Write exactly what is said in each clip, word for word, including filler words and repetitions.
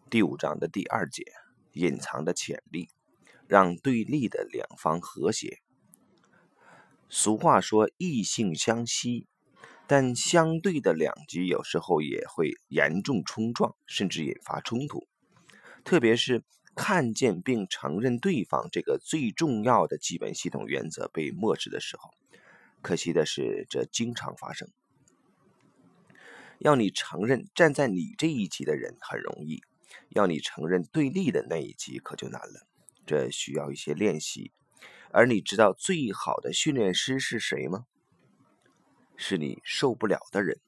第五章的第二节，隐藏的潜力，让对立的两方和谐。俗话说异性相吸，但相对的两极有时候也会严重冲撞，甚至引发冲突。特别是看见并承认对方这个最重要的基本系统原则被漠视的时候，可惜的是，这经常发生。要你承认站在你这一极的人很容易，要你承认对立的那一极可就难了，这需要一些练习。而你知道最好的训练师是谁吗？是你受不了的人。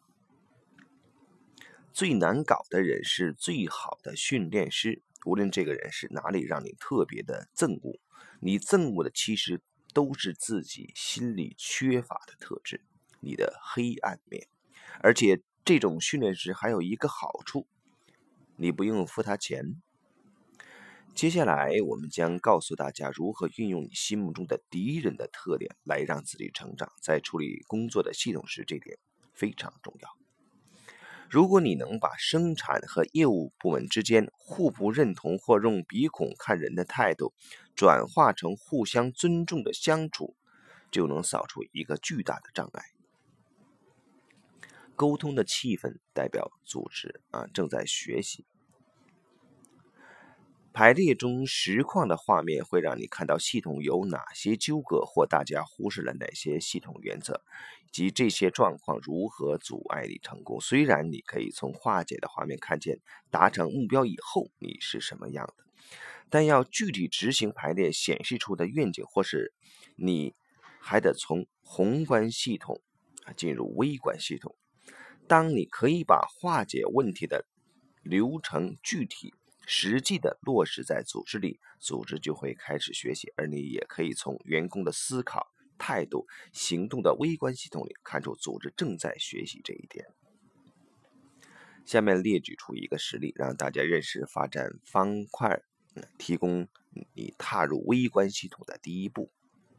最难搞的人是最好的训练师，无论这个人是哪里让你特别的憎恶，你憎恶的其实都是自己心里缺乏的特质，你的黑暗面。而且这种训练师还有一个好处，你不用付他钱。接下来我们将告诉大家如何运用你心目中的敌人的特点来让自己成长，在处理工作的系统时，这点非常重要。如果你能把生产和业务部门之间互不认同或用鼻孔看人的态度转化成互相尊重的相处，就能扫除一个巨大的障碍。沟通的气氛代表组织啊正在学习。排列中实况的画面会让你看到系统有哪些纠葛，或大家忽视了哪些系统原则，以及这些状况如何阻碍你成功。虽然你可以从化解的画面看见达成目标以后你是什么样的，但要具体执行排列显示出的愿景，或是你还得从宏观系统进入微观系统。当你可以把化解问题的流程具体实际的落实在组织里，组织就会开始学习，而你也可以从员工的思考、态度、行动的微观系统里看出组织正在学习这一点。下面列举出一个实例，让大家认识发展方块，提供你踏入微观系统的第一步。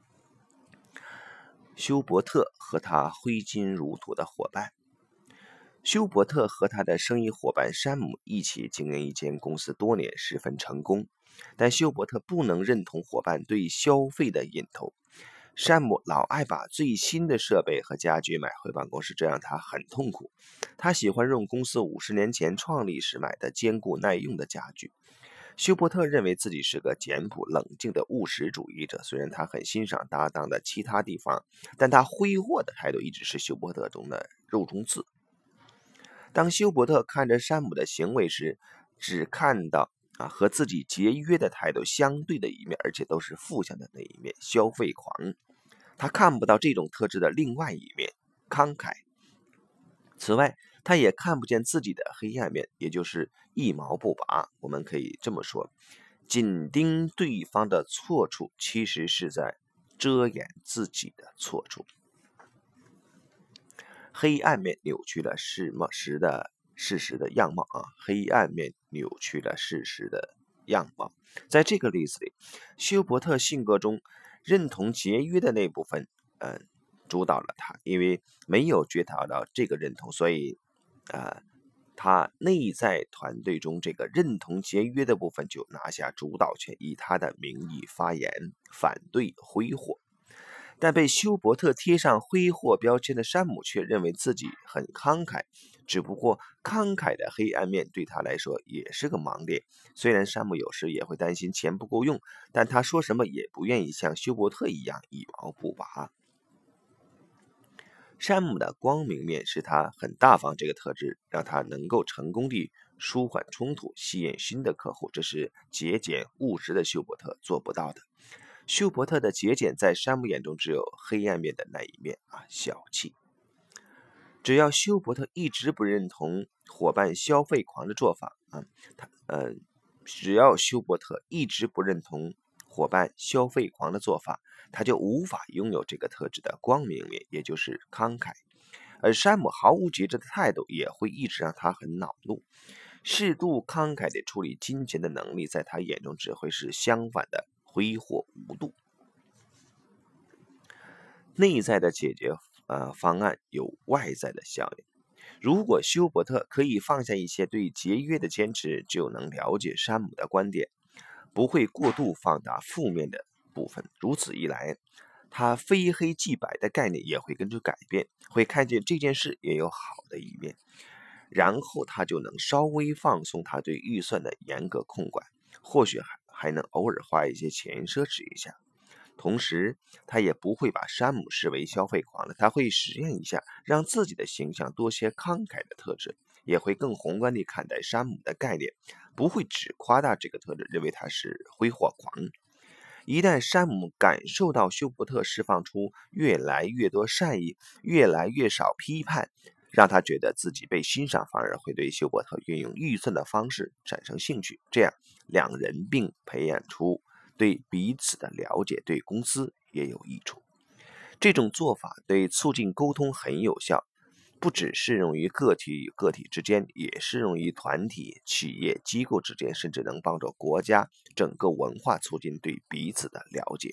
休伯特和他挥金如土的伙伴。休伯特和他的生意伙伴山姆一起经营一间公司多年，十分成功。但休伯特不能认同伙伴对消费的瘾头。山姆老爱把最新的设备和家具买回办公室，这让他很痛苦。他喜欢用公司五十年前创立时买的坚固耐用的家具。休伯特认为自己是个简朴冷静的务实主义者，虽然他很欣赏搭档的其他地方，但他挥霍的态度一直是休伯特中的肉中刺。当休伯特看着山姆的行为时，只看到啊和自己节约的态度相对的一面，而且都是负向的那一面，消费狂。他看不到这种特质的另外一面，慷慨。此外，他也看不见自己的黑暗面，也就是一毛不拔。我们可以这么说，紧盯对方的错处，其实是在遮掩自己的错处。黑暗面扭曲了事实的事实的样貌啊！黑暗面扭曲了事实的样貌。在这个例子里，休伯特性格中认同节约的那部分，嗯，主导了他，因为没有觉察到这个认同，所以，呃，他内在团队中这个认同节约的部分就拿下主导权，以他的名义发言，反对挥霍。但被休伯特贴上挥霍标签的山姆却认为自己很慷慨，只不过慷慨的黑暗面对他来说也是个盲点。虽然山姆有时也会担心钱不够用，但他说什么也不愿意像休伯特一样一毛不拔。山姆的光明面是他很大方这个特质，让他能够成功地舒缓冲突，吸引新的客户，这是节俭务实的休伯特做不到的。休伯特的节俭在山姆眼中只有黑暗面的那一面啊，小气。只要休伯特一直不认同伙伴消费狂的做法啊，他呃，只要休伯特一直不认同伙伴消费狂的做法，他就无法拥有这个特质的光明面，也就是慷慨。而山姆毫无节制的态度也会一直让他很恼怒。适度慷慨地处理金钱的能力，在他眼中只会是相反的挥霍无度。内在的解决呃方案有外在的效应。 如果休伯特可以放下一些对节约的坚持，就能了解山姆的观点，不会过度放大负面的部分。如此一来，他非黑即白的概念也会跟着改变，会看见这件事也有好的一面，然后他就能稍微放松他对预算的严格控管，或许还还能偶尔花一些钱奢侈一下。同时，他也不会把山姆视为消费狂了，他会实验一下，让自己的形象多些慷慨的特质，也会更宏观地看待山姆的概念，不会只夸大这个特质，认为他是挥霍狂。一旦山姆感受到休伯特释放出越来越多善意，越来越少批判，让他觉得自己被欣赏，反而会对休伯特运用预算的方式产生兴趣，这样两人并培养出对彼此的了解，对公司也有益处。这种做法对促进沟通很有效，不只适用于个体与个体之间，也适用于团体、企业、机构之间，甚至能帮助国家整个文化促进对彼此的了解。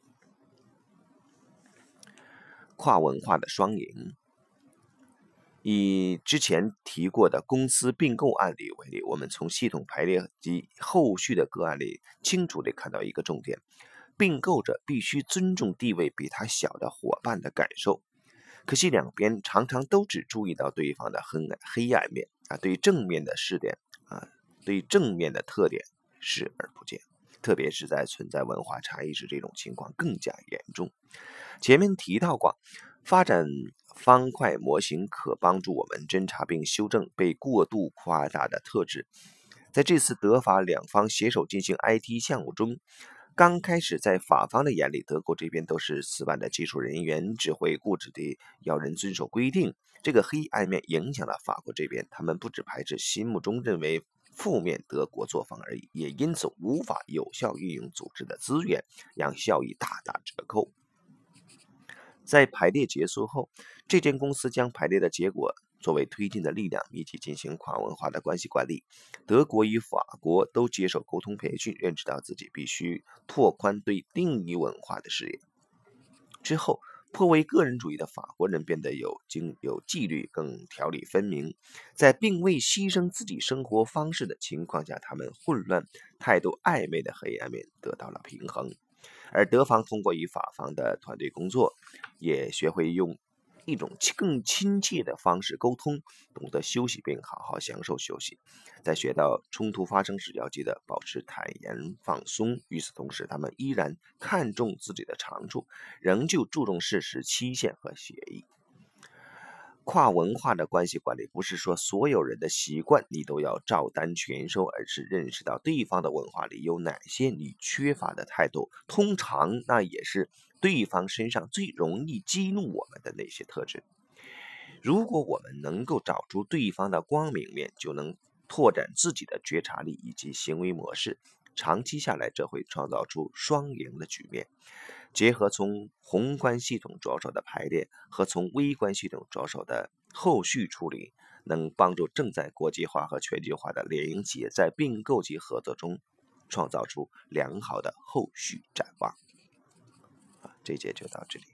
跨文化的双赢。以之前提过的公司并购案例为例，我们从系统排列及后续的个案里清楚地看到一个重点：并购者必须尊重地位比他小的伙伴的感受。可惜两边常常都只注意到对方的黑黑暗面啊，对正面的视点啊，对正面的特点视而不见。特别是在存在文化差异时，这种情况更加严重。前面提到过，发展方块模型可帮助我们侦查并修正被过度夸大的特质。在这次德法两方携手进行 I T 项目中，刚开始在法方的眼里，德国这边都是死板的技术人员，只会固执地要人遵守规定。这个黑暗面影响了法国这边，他们不只排斥心目中认为负面德国作风而已，也因此无法有效运用组织的资源，让效益大打折扣。在排列结束后，这间公司将排列的结果作为推进的力量，一起进行跨文化的关系管理。德国与法国都接受沟通培训，认识到自己必须拓宽对另一文化的视野。之后，颇为个人主义的法国人变得有经有纪律，更条理分明。在并未牺牲自己生活方式的情况下，他们混乱、态度暧昧的黑暗面得到了平衡。而德方通过与法方的团队工作，也学会用一种更亲切的方式沟通，懂得休息并好好享受休息。在学到冲突发生时，要记得保持坦然放松。与此同时，他们依然看重自己的长处，仍旧注重事实、期限和协议。跨文化的关系管理不是说所有人的习惯你都要照单全收，而是认识到对方的文化里有哪些你缺乏的态度，通常那也是对方身上最容易激怒我们的那些特质。如果我们能够找出对方的光明面，就能拓展自己的觉察力以及行为模式，长期下来这会创造出双赢的局面。结合从宏观系统着手的排列和从微观系统着手的后续处理，能帮助正在国际化和全球化的联营企业在并购及合作中创造出良好的后续展望。这节就到这里。